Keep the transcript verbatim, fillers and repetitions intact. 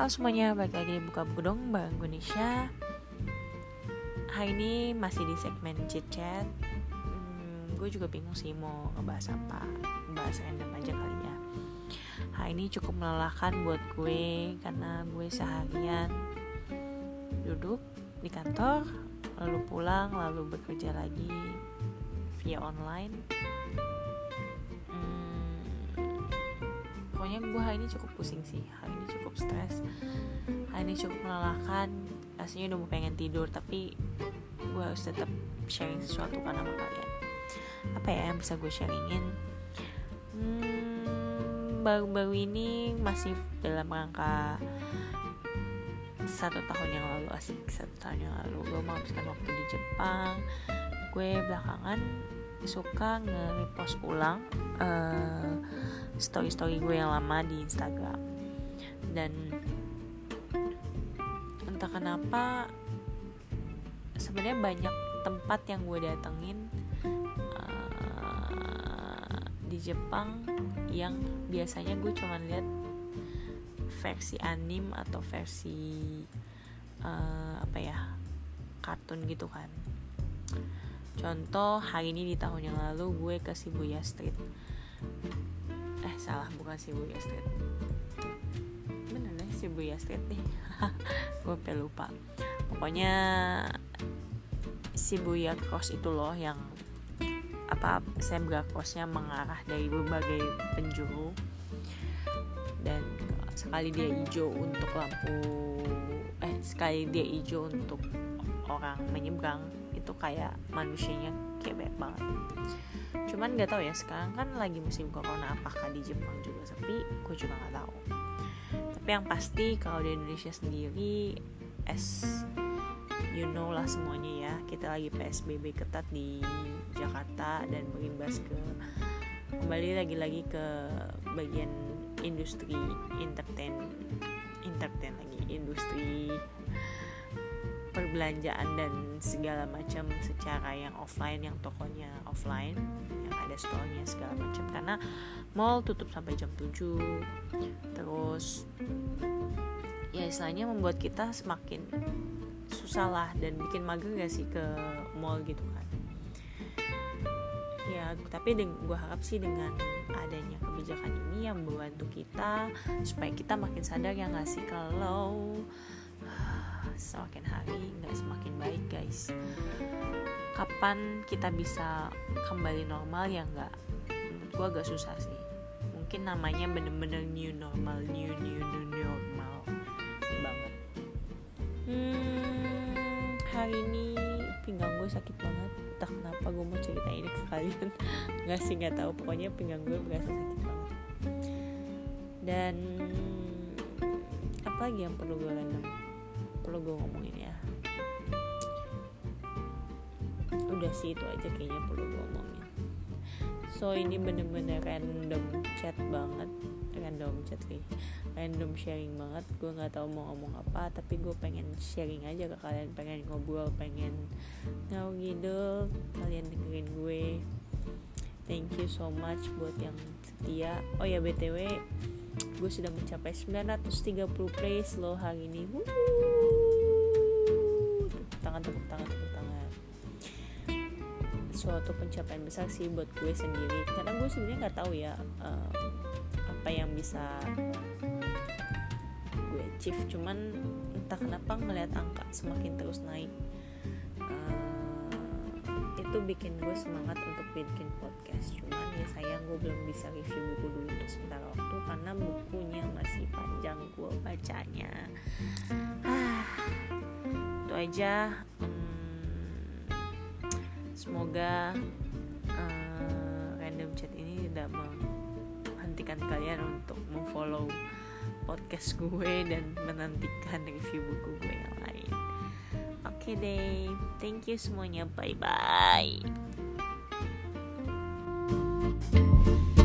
Halo semuanya, balik lagi di Buka Buku Dong bareng gue Nisha. Hari ini masih di segmen chit chat. hmm, Gue juga bingung sih mau ngebahas apa. Ngebahas random aja kali ya. Hari ini cukup melelahkan buat gue karena gue seharian duduk di kantor, lalu pulang, lalu bekerja lagi via online. Pokoknya gue hari ini cukup pusing sih, hari ini cukup stres, hari ini cukup melelahkan. Rasanya udah mau pengen tidur, tapi gue harus tetap sharing sesuatu kan sama kalian. Apa ya yang bisa gue sharingin? Hmm, baru-baru ini masih dalam rangka satu tahun yang lalu, asik satu tahun yang lalu gue menghabiskan waktu di Jepang. Gue belakangan suka nge-repost ulang uh, story-story gue yang lama di Instagram, dan entah kenapa sebenarnya banyak tempat yang gue datengin uh, di Jepang yang biasanya gue cuma lihat versi anime atau versi uh, apa ya kartun gitu kan. Contoh hari ini di tahun yang lalu gue ke Shibuya Street. Eh salah, bukan Shibuya Street. Bener deh Shibuya Street nih. Gue pelupa. Pokoknya Shibuya Cross itu loh yang apa zebra crossnya mengarah dari berbagai penjuru, dan sekali dia hijau untuk lampu eh sekali dia hijau untuk orang menyeberang, itu kayak manusianya kayak banyak banget. Cuman nggak tahu ya, sekarang kan lagi musim corona, apakah di Jepang juga sepi? Gue juga nggak tahu. Tapi yang pasti kalau di Indonesia sendiri, as you know lah semuanya ya, kita lagi P S B B ketat di Jakarta dan berimbas ke kembali lagi-lagi ke bagian industri entertain entertain lagi industri perbelanjaan dan segala macam secara yang offline, yang tokonya offline, yang ada store-nya segala macam, karena mall tutup sampai jam tujuh. Terus ya istilahnya membuat kita semakin susah lah dan bikin mager gak sih ke mall gitu kan. Ya tapi deng- gue harap sih dengan adanya kebijakan ini yang membantu kita supaya kita makin sadar ya gak sih kalau semakin hari nggak semakin baik guys. Kapan kita bisa kembali normal ya nggak? Menurut gue agak susah sih. Mungkin namanya bener-bener new normal, new new new normal banget. Hmm, hari ini pinggang gue sakit banget. Entah kenapa gue mau cerita ini ke kalian. Nggak sih, nggak tahu. Pokoknya pinggang gue berasa sakit banget. Dan apa lagi yang perlu gue random? perlu gue ngomongin ya. Udah sih itu aja kayaknya perlu gue ngomongin. So ini bener-bener random chat banget, random chat nih, random sharing banget. Gue nggak tahu mau ngomong apa, tapi gue pengen sharing aja ke kalian, pengen ngobrol, pengen ngawur, kalian dengerin gue. Thank you so much buat yang setia. Oh ya B T W, gue sudah mencapai sembilan ratus tiga puluh plays loh hari ini. Wuh. Tepuk tangan, tepuk tangan, tepuk tangan. Suatu pencapaian besar sih buat gue sendiri, karena gue sebenarnya nggak tahu ya uh, apa yang bisa gue achieve. Cuman entah kenapa ngeliat angka semakin terus naik, uh, itu bikin gue semangat untuk bikin podcast. Cuman ya sayang gue belum bisa review buku dulu untuk sementara waktu karena bukunya masih panjang gue bacanya. ah, itu aja. hmm, semoga uh, random chat ini tidak menghentikan kalian untuk memfollow podcast gue dan menantikan review buku gue yang lain. Oke deh, thank you semuanya, bye bye.